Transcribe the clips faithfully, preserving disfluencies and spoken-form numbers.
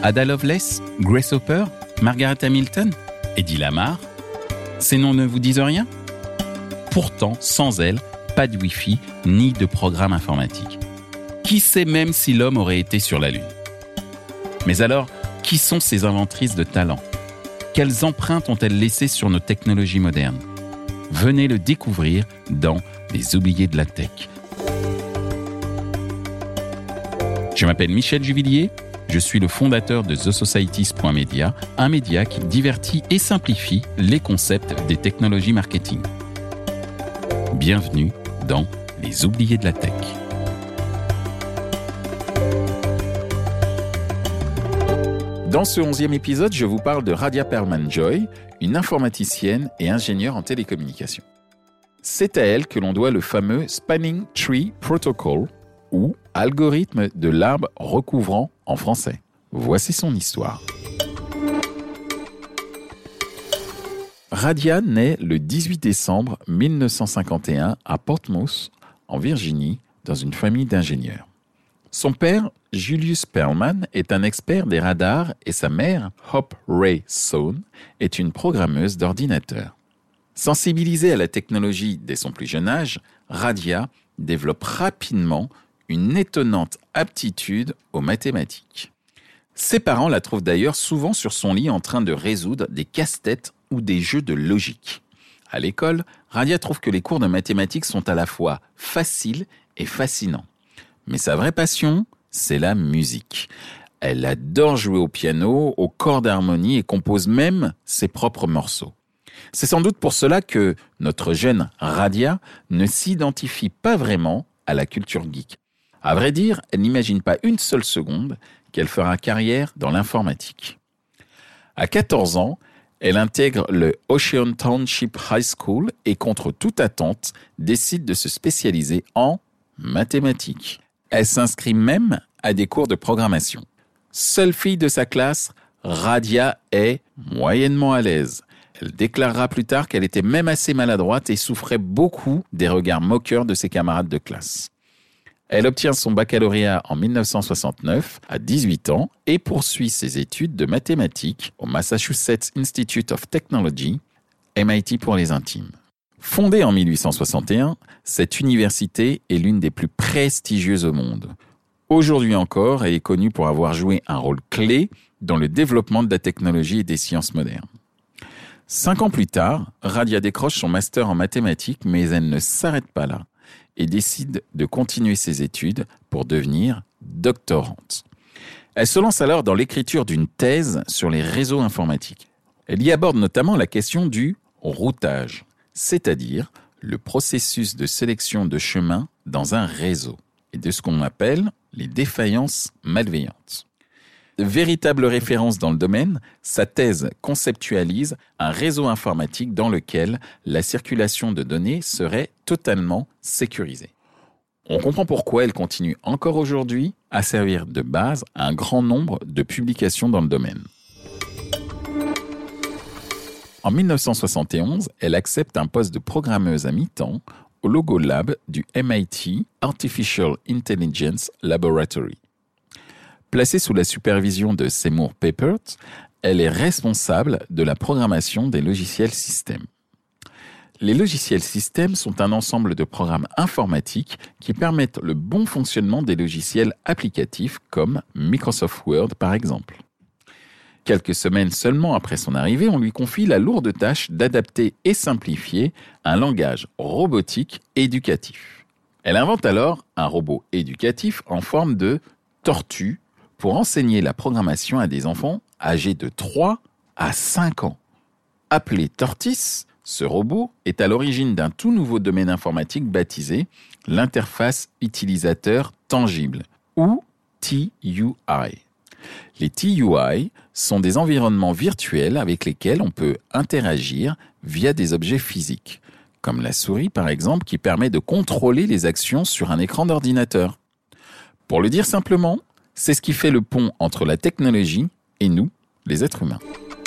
Ada Lovelace, Grace Hopper, Margaret Hamilton, Eddie Lamar. Ces noms ne vous disent rien ? Pourtant, sans elles, pas de Wi-Fi ni de programme informatique. Qui sait même si l'homme aurait été sur la Lune ? Mais alors, qui sont ces inventrices de talent ? Quelles empreintes ont-elles laissées sur nos technologies modernes ? Venez le découvrir dans Les oubliés de la tech. Je m'appelle Michel Juvillier, je suis le fondateur de the societies point media, un média qui divertit et simplifie les concepts des technologies marketing. Bienvenue dans Les oubliés de la tech. Dans ce onzième épisode, je vous parle de Radia Perlman-Joy, une informaticienne et ingénieure en télécommunications. C'est à elle que l'on doit le fameux Spanning Tree Protocol, ou algorithme de l'arbre recouvrant en français. Voici son histoire. Radia naît le dix-huit décembre mille neuf cent cinquante et un à Portsmouth, en Virginie, dans une famille d'ingénieurs. Son père, Julius Perlman, est un expert des radars et sa mère, Hope Ray Sohn, est une programmeuse d'ordinateur. Sensibilisée à la technologie dès son plus jeune âge, Radia développe rapidement une étonnante aptitude aux mathématiques. Ses parents la trouvent d'ailleurs souvent sur son lit en train de résoudre des casse-têtes ou des jeux de logique. À l'école, Radia trouve que les cours de mathématiques sont à la fois faciles et fascinants. Mais sa vraie passion, c'est la musique. Elle adore jouer au piano, aux cordes d'harmonie et compose même ses propres morceaux. C'est sans doute pour cela que notre jeune Radia ne s'identifie pas vraiment à la culture geek. À vrai dire, elle n'imagine pas une seule seconde qu'elle fera carrière dans l'informatique. À quatorze ans, elle intègre le Ocean Township High School et, contre toute attente, décide de se spécialiser en mathématiques. Elle s'inscrit même à des cours de programmation. Seule fille de sa classe, Radia est moyennement à l'aise. Elle déclarera plus tard qu'elle était même assez maladroite et souffrait beaucoup des regards moqueurs de ses camarades de classe. Elle obtient son baccalauréat en mille neuf cent soixante-neuf, à dix-huit ans, et poursuit ses études de mathématiques au Massachusetts Institute of Technology, M I T pour les intimes. Fondée en mille huit cent soixante et un, cette université est l'une des plus prestigieuses au monde. Aujourd'hui encore, elle est connue pour avoir joué un rôle clé dans le développement de la technologie et des sciences modernes. Cinq ans plus tard, Radia décroche son master en mathématiques, mais elle ne s'arrête pas là et décide de continuer ses études pour devenir doctorante. Elle se lance alors dans l'écriture d'une thèse sur les réseaux informatiques. Elle y aborde notamment la question du routage, c'est-à-dire le processus de sélection de chemins dans un réseau et de ce qu'on appelle les défaillances malveillantes. Véritable référence dans le domaine, sa thèse conceptualise un réseau informatique dans lequel la circulation de données serait totalement sécurisée. On comprend pourquoi elle continue encore aujourd'hui à servir de base à un grand nombre de publications dans le domaine. En mille neuf cent soixante et onze, elle accepte un poste de programmeuse à mi-temps au Logo Lab du M I T Artificial Intelligence Laboratory. Placée sous la supervision de Seymour Papert, elle est responsable de la programmation des logiciels systèmes. Les logiciels systèmes sont un ensemble de programmes informatiques qui permettent le bon fonctionnement des logiciels applicatifs comme Microsoft Word par exemple. Quelques semaines seulement après son arrivée, on lui confie la lourde tâche d'adapter et simplifier un langage robotique éducatif. Elle invente alors un robot éducatif en forme de tortue pour enseigner la programmation à des enfants âgés de trois à cinq ans. Appelé Tortis, ce robot est à l'origine d'un tout nouveau domaine informatique baptisé l'interface utilisateur tangible, ou T U I. Les T U I sont des environnements virtuels avec lesquels on peut interagir via des objets physiques, comme la souris par exemple qui permet de contrôler les actions sur un écran d'ordinateur. Pour le dire simplement, c'est ce qui fait le pont entre la technologie et nous, les êtres humains.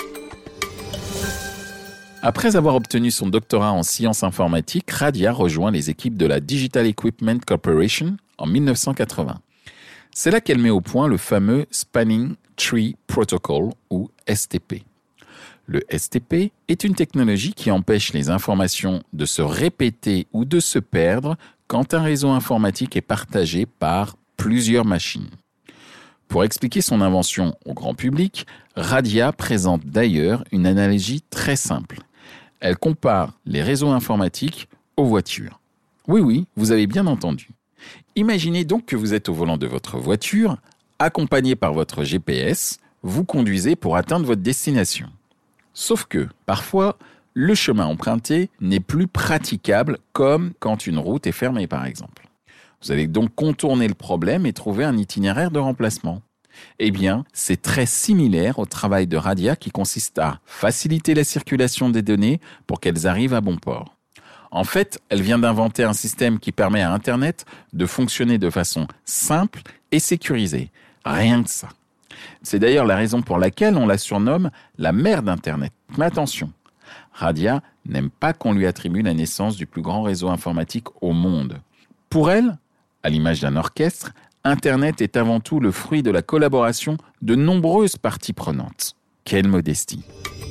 Après avoir obtenu son doctorat en sciences informatiques, Radia rejoint les équipes de la Digital Equipment Corporation en mille neuf cent quatre-vingts. C'est là qu'elle met au point le fameux Spanning Tree Protocol ou S T P. Le S T P est une technologie qui empêche les informations de se répéter ou de se perdre quand un réseau informatique est partagé par plusieurs machines. Pour expliquer son invention au grand public, Radia présente d'ailleurs une analogie très simple. Elle compare les réseaux informatiques aux voitures. Oui, oui, vous avez bien entendu. Imaginez donc que vous êtes au volant de votre voiture, accompagné par votre G P S, vous conduisez pour atteindre votre destination. Sauf que, parfois, le chemin emprunté n'est plus praticable comme quand une route est fermée, par exemple. Vous allez donc contourner le problème et trouver un itinéraire de remplacement. Eh bien, c'est très similaire au travail de Radia qui consiste à faciliter la circulation des données pour qu'elles arrivent à bon port. En fait, elle vient d'inventer un système qui permet à Internet de fonctionner de façon simple et sécurisée. Rien que ça. C'est d'ailleurs la raison pour laquelle on la surnomme la mère d'Internet. Mais attention, Radia n'aime pas qu'on lui attribue la naissance du plus grand réseau informatique au monde. Pour elle, à l'image d'un orchestre, Internet est avant tout le fruit de la collaboration de nombreuses parties prenantes. Quelle modestie!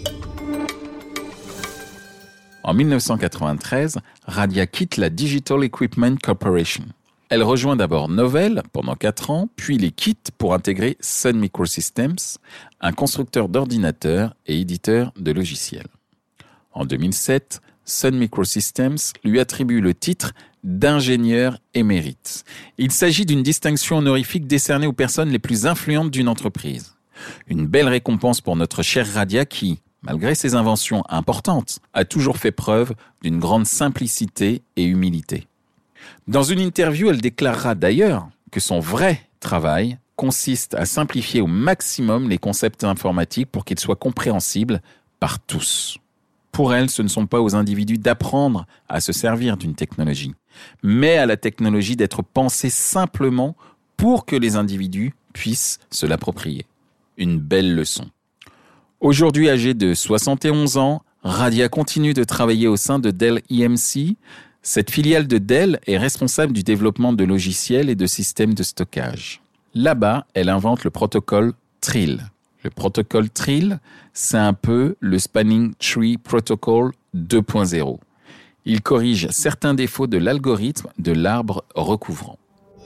En dix-neuf cent quatre-vingt-treize, Radia quitte la Digital Equipment Corporation. Elle rejoint d'abord Novell pendant quatre ans, puis les quitte pour intégrer Sun Microsystems, un constructeur d'ordinateurs et éditeur de logiciels. En deux mille sept, Sun Microsystems lui attribue le titre d'ingénieur émérite. Il s'agit d'une distinction honorifique décernée aux personnes les plus influentes d'une entreprise. Une belle récompense pour notre chère Radia qui, malgré ses inventions importantes, a toujours fait preuve d'une grande simplicité et humilité. Dans une interview, elle déclarera d'ailleurs que son vrai travail consiste à simplifier au maximum les concepts informatiques pour qu'ils soient compréhensibles par tous. Pour elle, ce ne sont pas aux individus d'apprendre à se servir d'une technologie, mais à la technologie d'être pensée simplement pour que les individus puissent se l'approprier. Une belle leçon. Aujourd'hui âgée de soixante et onze ans, Radia continue de travailler au sein de Dell E M C. Cette filiale de Dell est responsable du développement de logiciels et de systèmes de stockage. Là-bas, elle invente le protocole Trill. Le protocole Trill, c'est un peu le Spanning Tree Protocol deux point zéro. Il corrige certains défauts de l'algorithme de l'arbre recouvrant.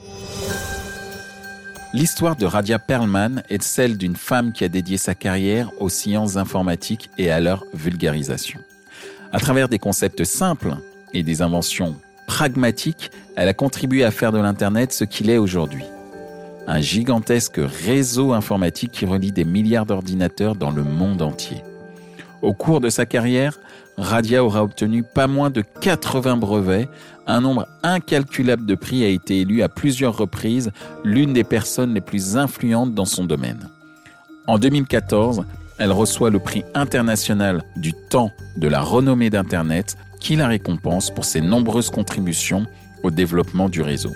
L'histoire de Radia Perlman est celle d'une femme qui a dédié sa carrière aux sciences informatiques et à leur vulgarisation. À travers des concepts simples et des inventions pragmatiques, elle a contribué à faire de l'Internet ce qu'il est aujourd'hui. Un gigantesque réseau informatique qui relie des milliards d'ordinateurs dans le monde entier. Au cours de sa carrière, Radia aura obtenu pas moins de quatre-vingts brevets. Un nombre incalculable de prix a été élu à plusieurs reprises l'une des personnes les plus influentes dans son domaine. En deux mille quatorze, elle reçoit le prix international du temps de la renommée d'Internet qui la récompense pour ses nombreuses contributions au développement du réseau.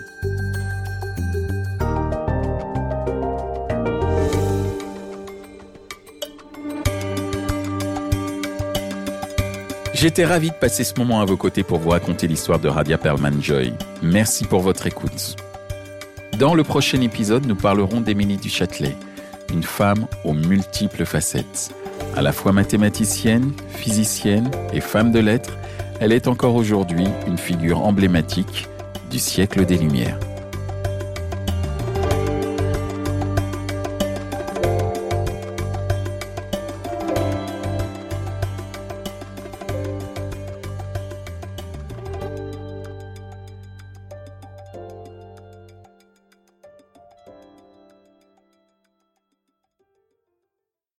J'étais ravi de passer ce moment à vos côtés pour vous raconter l'histoire de Radia Perlman-Joy. Merci pour votre écoute. Dans le prochain épisode, nous parlerons d'Émilie du Châtelet, une femme aux multiples facettes. À la fois mathématicienne, physicienne et femme de lettres, elle est encore aujourd'hui une figure emblématique du siècle des Lumières.